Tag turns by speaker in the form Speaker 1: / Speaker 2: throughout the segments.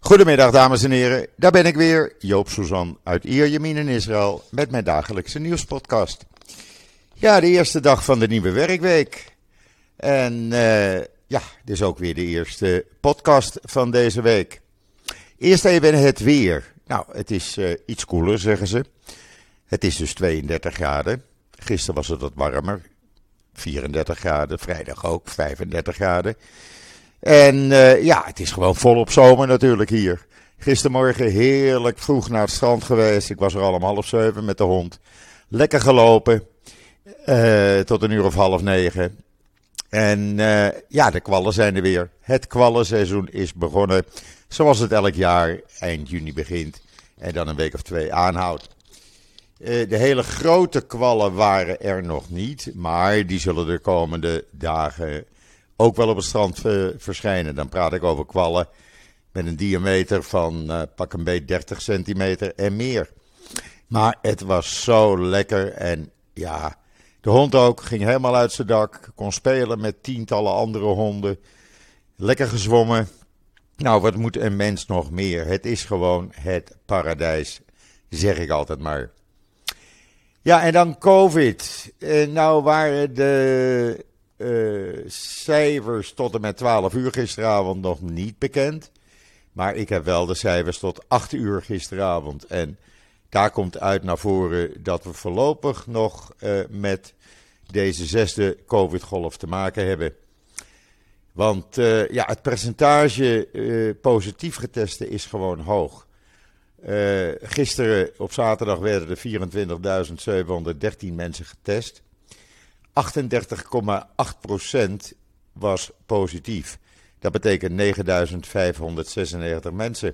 Speaker 1: Goedemiddag dames en heren, daar ben ik weer, Joop Suzan uit Ierjemien in Israël met mijn dagelijkse nieuwspodcast. Ja, de eerste dag van de nieuwe werkweek. En dit is ook weer de eerste podcast van deze week. Eerst even het weer. Nou, het is iets koeler zeggen ze. Het is dus 32 graden. Gisteren was het wat warmer, 34 graden, vrijdag ook 35 graden. En het is gewoon volop zomer natuurlijk hier. Gistermorgen heerlijk vroeg naar het strand geweest. Ik was er al om 8:30 met de hond. Lekker gelopen. Tot 8:30. En de kwallen zijn er weer. Het kwallenseizoen is begonnen. Zoals het elk jaar eind juni begint. En dan een week of 2 aanhoudt. De hele grote kwallen waren er nog niet. Maar die zullen de komende dagen ook wel op het strand verschijnen. Dan praat ik over kwallen met een diameter van pak een beetje 30 centimeter en meer. Maar het was zo lekker en ja, de hond ook ging helemaal uit zijn dak. Kon spelen met tientallen andere honden. Lekker gezwommen. Nou, wat moet een mens nog meer? Het is gewoon het paradijs, zeg ik altijd maar. Ja, en dan COVID. Nou waren de cijfers tot en met 12 uur gisteravond nog niet bekend. Maar ik heb wel de cijfers tot 8 uur gisteravond. En daar komt uit naar voren dat we voorlopig nog met deze 6e COVID-golf te maken hebben. Want het percentage positief getesten is gewoon hoog. Gisteren op zaterdag werden er 24.713 mensen getest. 38,8% was positief. Dat betekent 9.596 mensen.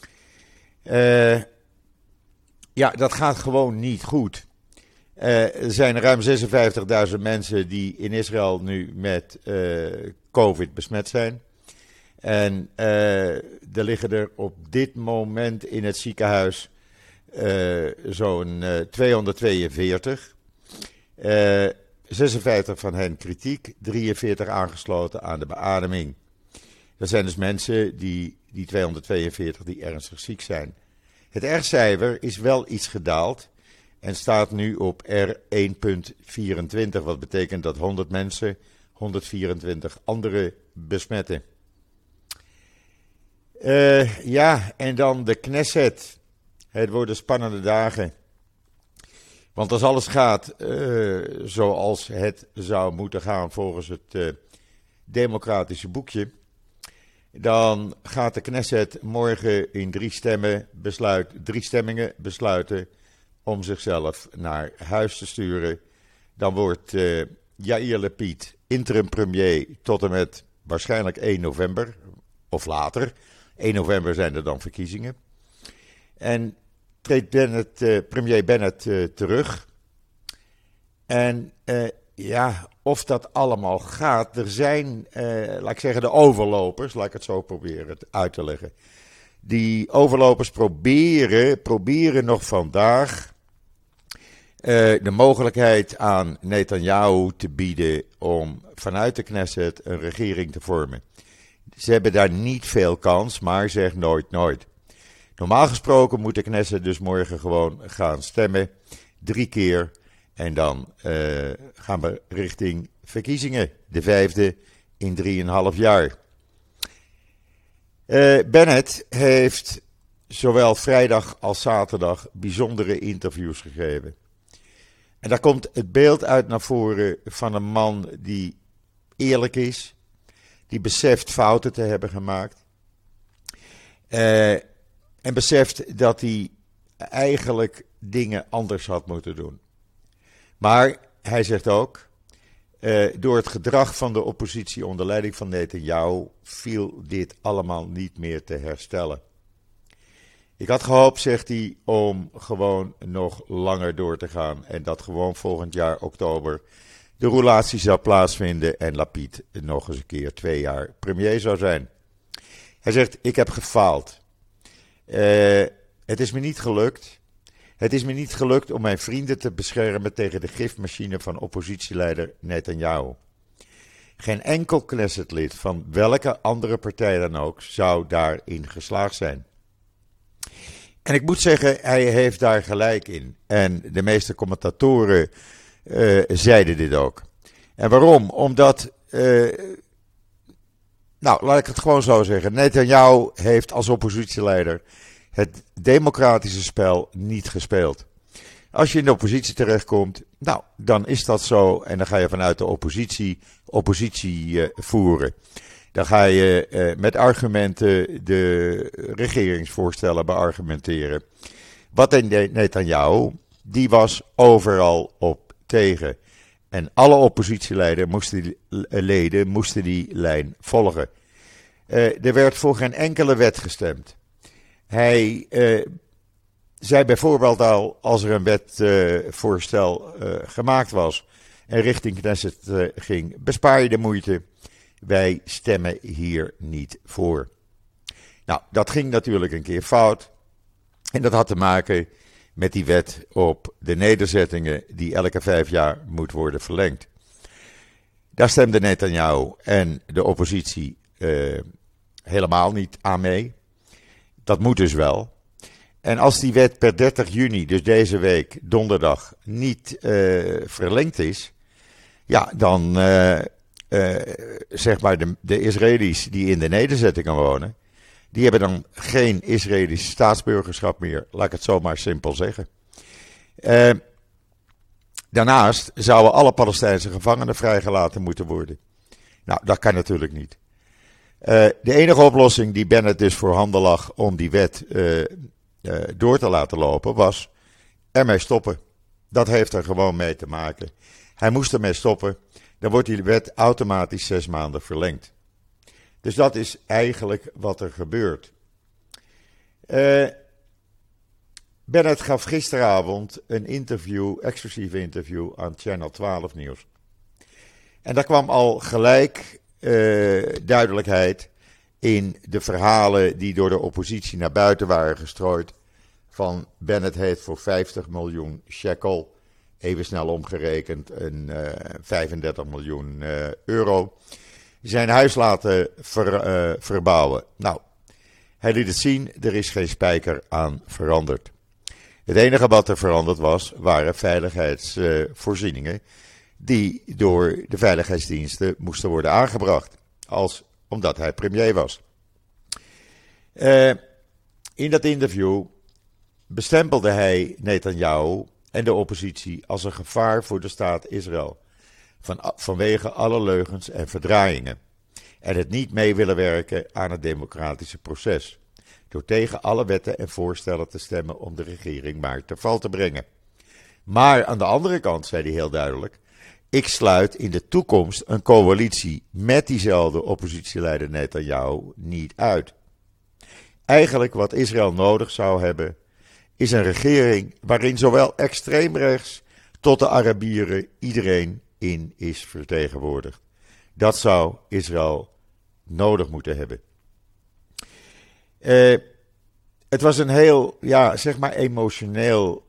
Speaker 1: Dat gaat gewoon niet goed. Er zijn ruim 56.000 mensen die in Israël nu met COVID besmet zijn. En er liggen er op dit moment in het ziekenhuis zo'n 242. 56 van hen kritiek, 43 aangesloten aan de beademing. Dat zijn dus mensen die 242 die ernstig ziek zijn. Het R-cijfer is wel iets gedaald en staat nu op R1,24. Wat betekent dat 100 mensen 124 anderen besmetten. En dan de Knesset. Het worden spannende dagen. Want als alles gaat zoals het zou moeten gaan volgens het democratische boekje, dan gaat de Knesset morgen in 3 stemmingen besluiten om zichzelf naar huis te sturen. Dan wordt Yair Lapid interim premier tot en met waarschijnlijk 1 november of later. 1 november zijn er dan verkiezingen. En treedt premier Bennett terug. En of dat allemaal gaat, er zijn, laat ik zeggen, de overlopers, laat ik het zo proberen uit te leggen. Die overlopers proberen nog vandaag de mogelijkheid aan Netanyahu te bieden om vanuit de Knesset een regering te vormen. Ze hebben daar niet veel kans, maar zeg nooit nooit. Normaal gesproken moet de Knesset dus morgen gewoon gaan stemmen, 3 keer. En dan gaan we richting verkiezingen, de 5e in 3,5 jaar. Bennett heeft zowel vrijdag als zaterdag bijzondere interviews gegeven. En daar komt het beeld uit naar voren van een man die eerlijk is, die beseft fouten te hebben gemaakt. En beseft dat hij eigenlijk dingen anders had moeten doen. Maar hij zegt ook, door het gedrag van de oppositie onder leiding van Netanyahu viel dit allemaal niet meer te herstellen. Ik had gehoopt, zegt hij, om gewoon nog langer door te gaan en dat gewoon volgend jaar oktober de roulatie zou plaatsvinden en Lapid nog eens een keer 2 jaar premier zou zijn. Hij zegt, ik heb gefaald. Het is me niet gelukt. Het is me niet gelukt om mijn vrienden te beschermen tegen de gifmachine van oppositieleider Netanyahu. Geen enkel Knessetlid van welke andere partij dan ook zou daarin geslaagd zijn. En ik moet zeggen, hij heeft daar gelijk in. En de meeste commentatoren zeiden dit ook. En waarom? Omdat, laat ik het gewoon zo zeggen. Netanyahu heeft als oppositieleider het democratische spel niet gespeeld. Als je in de oppositie terechtkomt, dan is dat zo. En dan ga je vanuit de oppositie voeren. Dan ga je met argumenten de regeringsvoorstellen beargumenteren. Wat deed Netanyahu? Die was overal op tegen. En alle oppositieleden moesten die lijn volgen. Er werd voor geen enkele wet gestemd. Hij zei bijvoorbeeld al, als er een wetvoorstel gemaakt was en richting Knesset ging, bespaar je de moeite. Wij stemmen hier niet voor. Nou, dat ging natuurlijk een keer fout. En dat had te maken met die wet op de nederzettingen die elke 5 jaar moet worden verlengd. Daar stemde Netanyahu en de oppositie helemaal niet aan mee. Dat moet dus wel. En als die wet per 30 juni, dus deze week, donderdag, niet verlengd is, ja, dan zeg maar de Israëli's die in de nederzettingen wonen, die hebben dan geen Israëlisch staatsburgerschap meer, laat ik het zomaar simpel zeggen. Daarnaast zouden alle Palestijnse gevangenen vrijgelaten moeten worden. Nou, dat kan natuurlijk niet. De enige oplossing die Bennett dus voorhanden lag om die wet door te laten lopen, was ermee stoppen. Dat heeft er gewoon mee te maken. Hij moest ermee stoppen. Dan wordt die wet automatisch 6 maanden verlengd. Dus dat is eigenlijk wat er gebeurt. Bennett gaf gisteravond een exclusief interview aan Channel 12 Nieuws. En daar kwam al gelijk duidelijkheid in de verhalen die door de oppositie naar buiten waren gestrooid. Van Bennett heeft voor 50 miljoen shekel, even snel omgerekend, een 35 miljoen euro, zijn huis laten verbouwen. Nou, hij liet het zien, er is geen spijker aan veranderd. Het enige wat er veranderd was, waren veiligheidsvoorzieningen die door de veiligheidsdiensten moesten worden aangebracht, omdat hij premier was. In dat interview bestempelde hij Netanyahu en de oppositie als een gevaar voor de staat Israël. Vanwege alle leugens en verdraaiingen. En het niet mee willen werken aan het democratische proces. Door tegen alle wetten en voorstellen te stemmen om de regering maar te val te brengen. Maar aan de andere kant zei hij heel duidelijk: ik sluit in de toekomst een coalitie met diezelfde oppositieleider Netanyahu niet uit. Eigenlijk wat Israël nodig zou hebben, is een regering waarin zowel extreemrechts tot de Arabieren iedereen in is vertegenwoordigd. Dat zou Israël nodig moeten hebben. Het was een heel, zeg maar emotioneel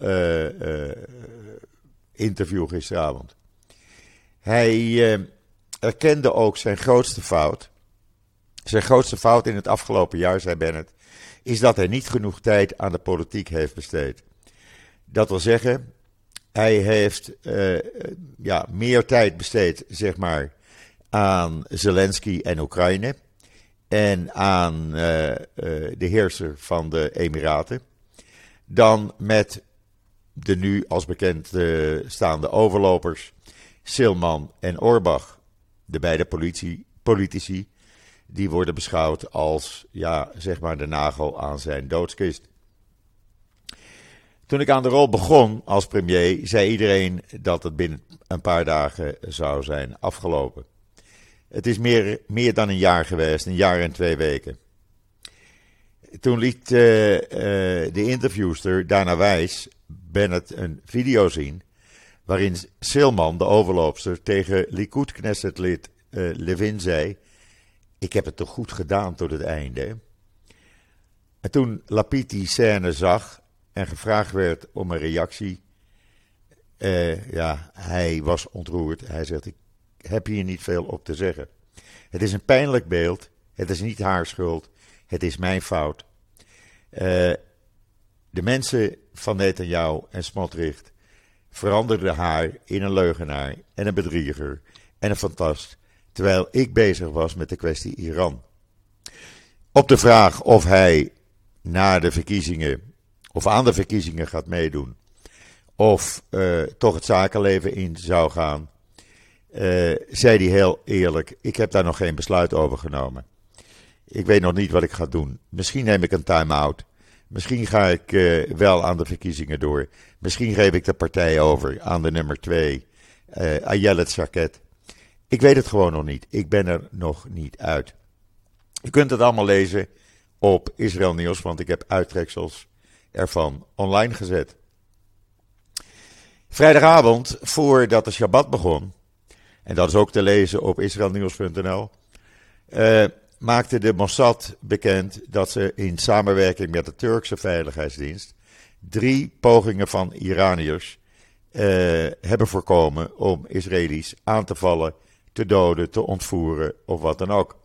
Speaker 1: interview gisteravond. Hij erkende ook zijn grootste fout. Zijn grootste fout in het afgelopen jaar, zei Bennett, is dat hij niet genoeg tijd aan de politiek heeft besteed. Dat wil zeggen, hij heeft meer tijd besteed, zeg maar, aan Zelensky en Oekraïne en aan de heerser van de Emiraten, dan met de nu als bekend staande overlopers Silman en Orbach, de beide politici, die worden beschouwd als, zeg maar, de nagel aan zijn doodskist. Toen ik aan de rol begon als premier, zei iedereen dat het binnen een paar dagen zou zijn afgelopen. Het is meer dan een jaar geweest, een jaar en 2 weken. Toen liet de interviewster Dana Wijs Bennett een video zien, waarin Silman, de overloopster, tegen Likud-Knessetlid Levin zei: ik heb het toch goed gedaan tot het einde. En toen Lapid die scène zag en gevraagd werd om een reactie, hij was ontroerd. Hij zegt: heb hier niet veel op te zeggen. Het is een pijnlijk beeld. Het is niet haar schuld. Het is mijn fout. De mensen van Netanyahu en Smotrich veranderden haar in een leugenaar en een bedrieger en een fantast, terwijl ik bezig was met de kwestie Iran. Op de vraag of hij na de verkiezingen of aan de verkiezingen gaat meedoen, of toch het zakenleven in zou gaan, zei hij heel eerlijk: ik heb daar nog geen besluit over genomen. Ik weet nog niet wat ik ga doen. Misschien neem ik een time-out. Misschien ga ik wel aan de verkiezingen door. Misschien geef ik de partij over aan de nummer 2, Ayelet Shaked. Ik weet het gewoon nog niet. Ik ben er nog niet uit. Je kunt het allemaal lezen op Israël Nieuws, want ik heb uittreksels ervan online gezet. Vrijdagavond, voordat de Shabbat begon, en dat is ook te lezen op israelnieuws.nl, maakte de Mossad bekend dat ze in samenwerking met de Turkse veiligheidsdienst 3 pogingen van Iraniërs hebben voorkomen om Israëli's aan te vallen, te doden, te ontvoeren of wat dan ook.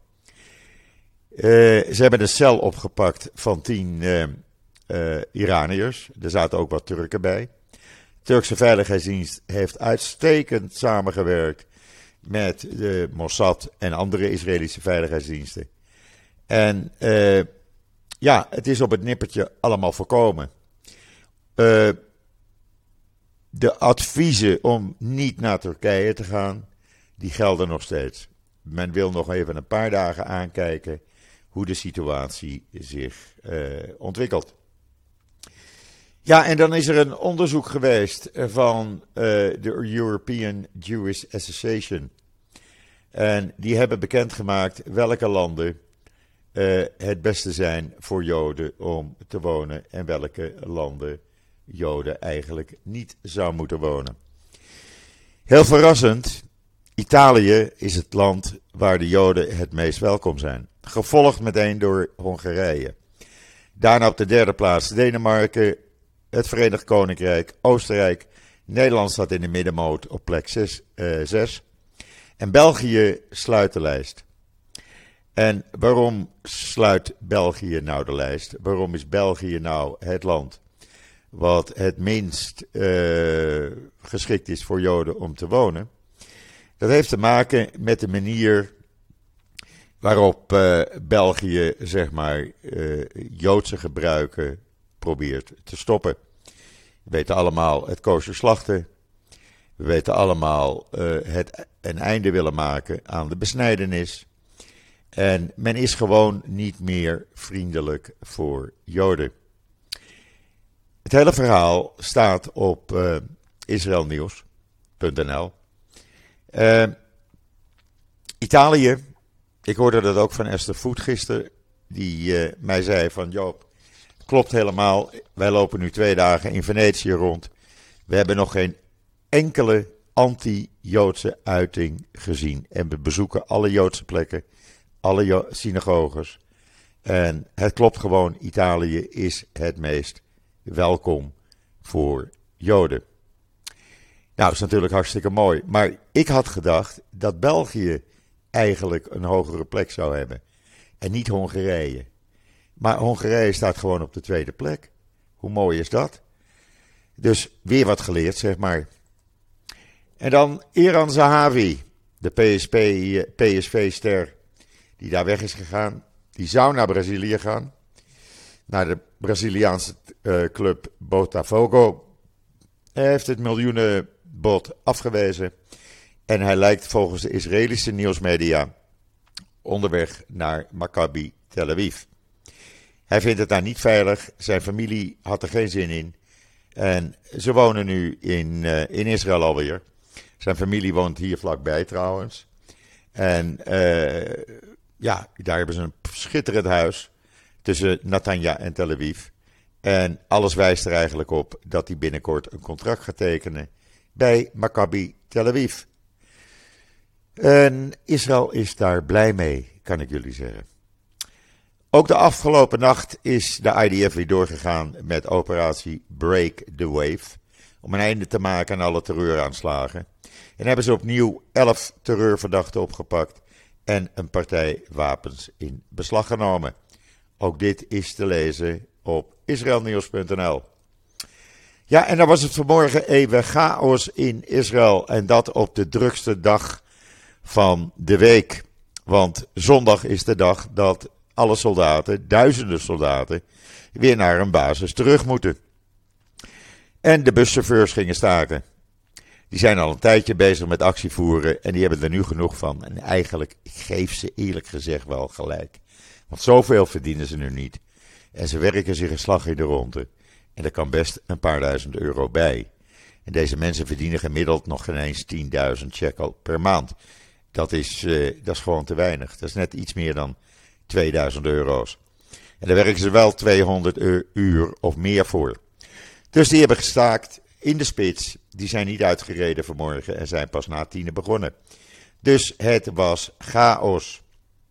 Speaker 1: Ze hebben een cel opgepakt van 10 Iraniërs. Er zaten ook wat Turken bij. De Turkse veiligheidsdienst heeft uitstekend samengewerkt met de Mossad en andere Israëlische veiligheidsdiensten. En het is op het nippertje allemaal voorkomen. De adviezen om niet naar Turkije te gaan, die gelden nog steeds. Men wil nog even een paar dagen aankijken hoe de situatie zich ontwikkelt. Ja, en dan is er een onderzoek geweest van de European Jewish Association. En die hebben bekendgemaakt welke landen het beste zijn voor Joden om te wonen en welke landen Joden eigenlijk niet zou moeten wonen. Heel verrassend, Italië is het land waar de Joden het meest welkom zijn. Gevolgd meteen door Hongarije. Daarna op de 3e plaats Denemarken, het Verenigd Koninkrijk, Oostenrijk. Nederland staat in de middenmoot op plek 6. En België sluit de lijst. En waarom sluit België nou de lijst? Waarom is België nou het land wat het minst geschikt is voor Joden om te wonen? Dat heeft te maken met de manier waarop België, zeg maar, Joodse gebruiken probeert te stoppen. We weten allemaal het kosher slachten. We weten allemaal het een einde willen maken aan de besnijdenis. En men is gewoon niet meer vriendelijk voor Joden. Het hele verhaal staat op israelnieuws.nl. Italië, ik hoorde dat ook van Esther Voet gisteren, die mij zei van: Joop, klopt helemaal, wij lopen nu 2 dagen in Venetië rond. We hebben nog geen enkele anti-Joodse uiting gezien. En we bezoeken alle Joodse plekken, alle synagoges. En het klopt gewoon, Italië is het meest welkom voor Joden. Nou, dat is natuurlijk hartstikke mooi. Maar ik had gedacht dat België eigenlijk een hogere plek zou hebben. En niet Hongarije. Maar Hongarije staat gewoon op de 2e plek. Hoe mooi is dat? Dus weer wat geleerd, zeg maar. En dan Eran Zahavi, de PSV-ster, die daar weg is gegaan. Die zou naar Brazilië gaan. Naar de Braziliaanse club Botafogo. Hij heeft het miljoenenbod afgewezen. En hij lijkt volgens de Israëlische nieuwsmedia onderweg naar Maccabi Tel Aviv. Hij vindt het daar niet veilig. Zijn familie had er geen zin in. En ze wonen nu in Israël alweer. Zijn familie woont hier vlakbij trouwens. En daar hebben ze een schitterend huis tussen Netanya en Tel Aviv. En alles wijst er eigenlijk op dat hij binnenkort een contract gaat tekenen bij Maccabi Tel Aviv. En Israël is daar blij mee, kan ik jullie zeggen. Ook de afgelopen nacht is de IDF weer doorgegaan met operatie Break the Wave. om een einde te maken aan alle terreuraanslagen. En hebben ze opnieuw 11 terreurverdachten opgepakt en een partij wapens in beslag genomen. Ook dit is te lezen op israelnieuws.nl. Ja, en dan was het vanmorgen even chaos in Israël en dat op de drukste dag van de week. Want zondag is de dag dat alle soldaten, duizenden soldaten, weer naar hun basis terug moeten. En de buschauffeurs gingen staken. Die zijn al een tijdje bezig met actie voeren en die hebben er nu genoeg van. En eigenlijk, ik geef ze eerlijk gezegd wel gelijk. Want zoveel verdienen ze nu niet. En ze werken zich een slag in de ronde. En er kan best een paar duizend euro bij. En deze mensen verdienen gemiddeld nog geen eens 10.000 shekel per maand. Dat is gewoon te weinig. Dat is net iets meer dan 2000 euro's. En daar werken ze wel 200 uur of meer voor. Dus die hebben gestaakt in de spits. Die zijn niet uitgereden vanmorgen en zijn pas na 10 begonnen. Dus het was chaos.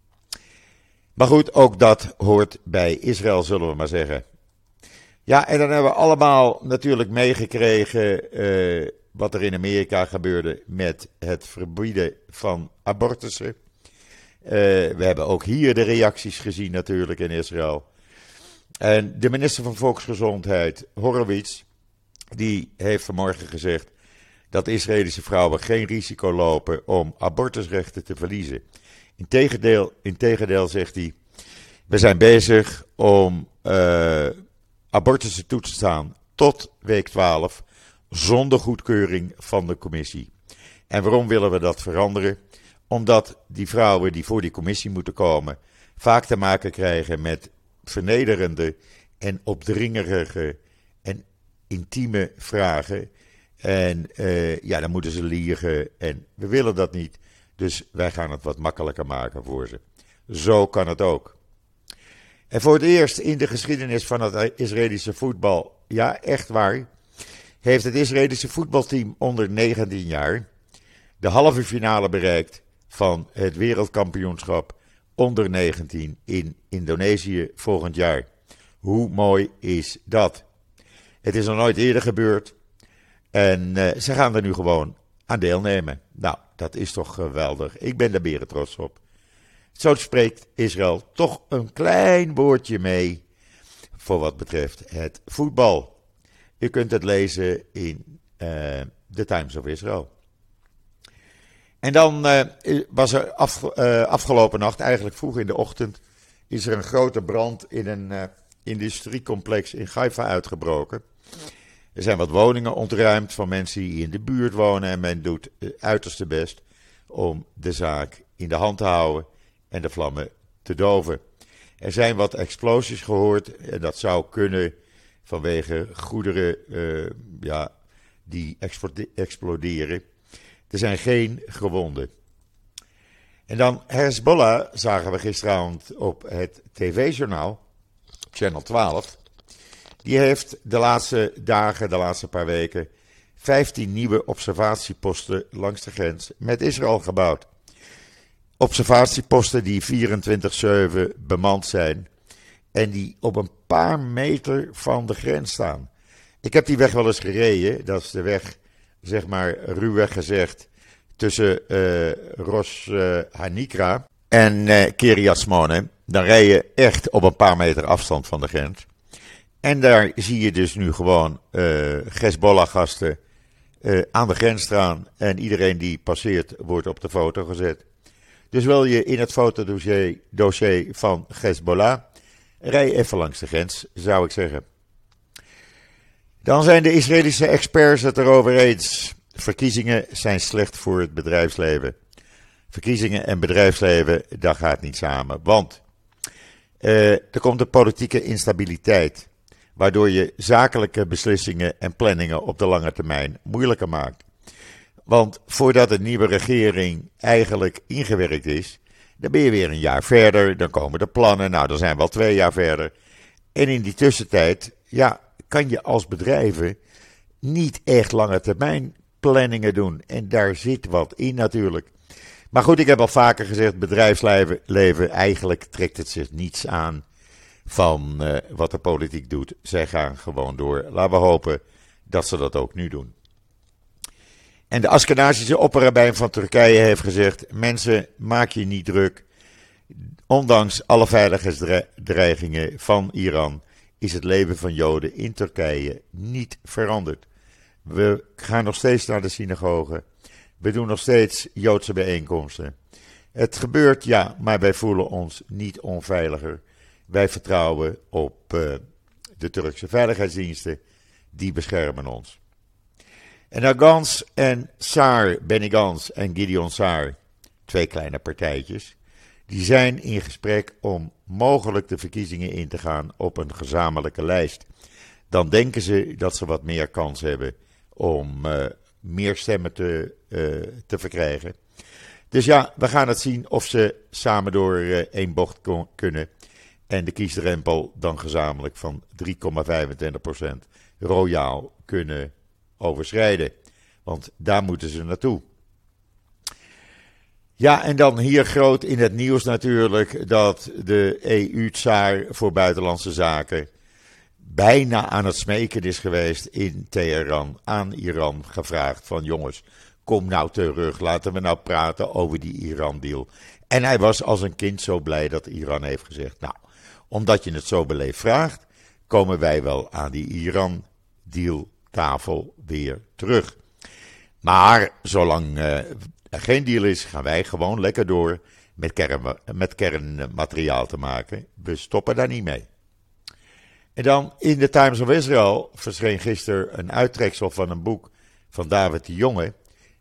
Speaker 1: Maar goed, ook dat hoort bij Israël, zullen we maar zeggen. Ja, en dan hebben we allemaal natuurlijk meegekregen wat er in Amerika gebeurde met het verbieden van abortussen. We hebben ook hier de reacties gezien natuurlijk in Israël. En de minister van Volksgezondheid, Horowitz, die heeft vanmorgen gezegd dat Israëlische vrouwen geen risico lopen om abortusrechten te verliezen. Integendeel zegt hij, we zijn bezig om abortussen toe te staan tot week 12 zonder goedkeuring van de commissie. En waarom willen we dat veranderen? Omdat die vrouwen die voor die commissie moeten komen vaak te maken krijgen met vernederende en opdringerige en intieme vragen. En dan moeten ze liegen en we willen dat niet. Dus wij gaan het wat makkelijker maken voor ze. Zo kan het ook. En voor het eerst in de geschiedenis van het Israëlische voetbal, ja echt waar, heeft het Israëlische voetbalteam onder 19 jaar de halve finale bereikt van het wereldkampioenschap onder 19 in Indonesië volgend jaar. Hoe mooi is dat? Het is nog nooit eerder gebeurd en ze gaan er nu gewoon aan deelnemen. Nou, dat is toch geweldig. Ik ben daar beren trots op. Zo spreekt Israël toch een klein woordje mee voor wat betreft het voetbal. U kunt het lezen in The Times of Israel. En dan was er afgelopen nacht, eigenlijk vroeg in de ochtend, is er een grote brand in een industriecomplex in Haifa uitgebroken. Er zijn wat woningen ontruimd van mensen die in de buurt wonen en men doet het uiterste best om de zaak in de hand te houden en de vlammen te doven. Er zijn wat explosies gehoord en dat zou kunnen vanwege goederen die exploderen. Er zijn geen gewonden. En dan Hezbollah zagen we gisteravond op het tv-journaal, Channel 12. Die heeft de laatste dagen, de laatste paar weken, 15 nieuwe observatieposten langs de grens met Israël gebouwd. Observatieposten die 24/7 bemand zijn en die op een paar meter van de grens staan. Ik heb die weg wel eens gereden, dat is de weg, zeg maar ruwweg gezegd, tussen Rosh Hanikra en Kiryat Shmone. Dan rij je echt op een paar meter afstand van de grens. En daar zie je dus nu gewoon Hezbollah-gasten aan de grens staan. En iedereen die passeert wordt op de foto gezet. Dus wil je in het fotodossier van Hezbollah, rij even langs de grens, zou ik zeggen. Dan zijn de Israëlische experts het erover eens. Verkiezingen zijn slecht voor het bedrijfsleven. Verkiezingen en bedrijfsleven, dat gaat niet samen. Want er komt een politieke instabiliteit, waardoor je zakelijke beslissingen en planningen op de lange termijn moeilijker maakt. Want voordat een nieuwe regering eigenlijk ingewerkt is, dan ben je weer een jaar verder, dan komen de plannen, nou dan zijn we al 2 jaar verder. En in die tussentijd, kan je als bedrijven niet echt lange termijn planningen doen. En daar zit wat in natuurlijk. Maar goed, ik heb al vaker gezegd, bedrijfsleven, eigenlijk trekt het zich niets aan van wat de politiek doet. Zij gaan gewoon door. Laten we hopen dat ze dat ook nu doen. En de Askenazische opperrabijn van Turkije heeft gezegd: mensen, maak je niet druk. Ondanks alle veiligheidsdreigingen van Iran is het leven van Joden in Turkije niet veranderd. We gaan nog steeds naar de synagoge. We doen nog steeds Joodse bijeenkomsten. Het gebeurt, ja, maar wij voelen ons niet onveiliger. Wij vertrouwen op de Turkse veiligheidsdiensten. Die beschermen ons. En nou Gans en Saar, Benny Gans en Gideon Saar, 2 kleine partijtjes, die zijn in gesprek om mogelijk de verkiezingen in te gaan op een gezamenlijke lijst. Dan denken ze dat ze wat meer kans hebben om meer stemmen te verkrijgen. Dus ja, we gaan het zien of ze samen door één bocht kunnen en de kiesdrempel dan gezamenlijk van 3,25% royaal kunnen overschrijden. Want daar moeten ze naartoe. Ja, en dan hier groot in het nieuws natuurlijk dat de EU-tsaar voor buitenlandse zaken bijna aan het smeken is geweest in Teheran aan Iran gevraagd van jongens, kom nou terug, laten we nou praten over die Iran-deal. En hij was als een kind zo blij dat Iran heeft gezegd, nou, omdat je het zo beleefd vraagt, komen wij wel aan die Iran-deal-tafel weer terug. Maar zolang er geen deal is, gaan wij gewoon lekker door met kernmateriaal te maken. We stoppen daar niet mee. En dan in de Times of Israel verscheen gisteren een uittreksel van een boek van David de Jonge,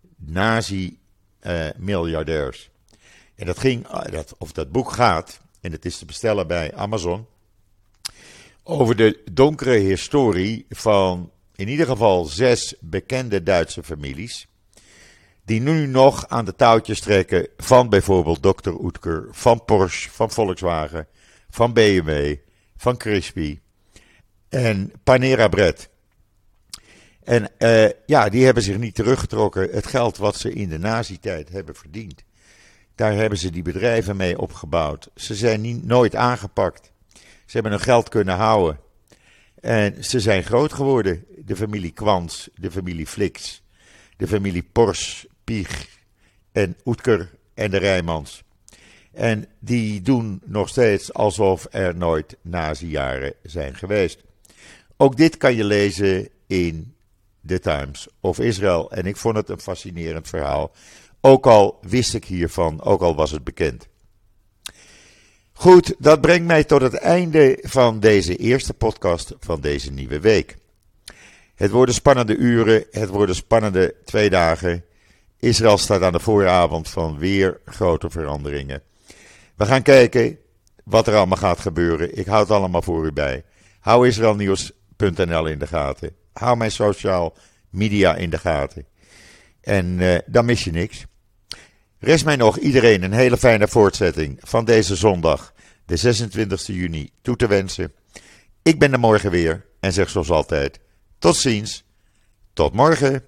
Speaker 1: Nazi-miljardairs. En dat boek gaat, en het is te bestellen bij Amazon, over de donkere historie van in ieder geval 6 bekende Duitse families, die nu nog aan de touwtjes trekken van bijvoorbeeld Dr. Oetker, van Porsche, van Volkswagen, van BMW, van Crispy en Panera Bread. En die hebben zich niet teruggetrokken. Het geld wat ze in de nazi-tijd hebben verdiend, daar hebben ze die bedrijven mee opgebouwd. Ze zijn nooit aangepakt. Ze hebben hun geld kunnen houden. En ze zijn groot geworden. De familie Kwans, de familie Flix, de familie Porsche, Piech en Oetker en de Rijmans. En die doen nog steeds alsof er nooit nazi-jaren zijn geweest. Ook dit kan je lezen in The Times of Israel. En ik vond het een fascinerend verhaal. Ook al wist ik hiervan, ook al was het bekend. Goed, dat brengt mij tot het einde van deze eerste podcast van deze nieuwe week. Het worden spannende uren, het worden spannende 2 dagen. Israël staat aan de vooravond van weer grote veranderingen. We gaan kijken wat er allemaal gaat gebeuren. Ik hou het allemaal voor u bij. Hou israelnieuws.nl in de gaten. Hou mijn social media in de gaten. En dan mis je niks. Rest mij nog iedereen een hele fijne voortzetting van deze zondag, de 26 juni, toe te wensen. Ik ben er morgen weer en zeg zoals altijd, tot ziens, tot morgen.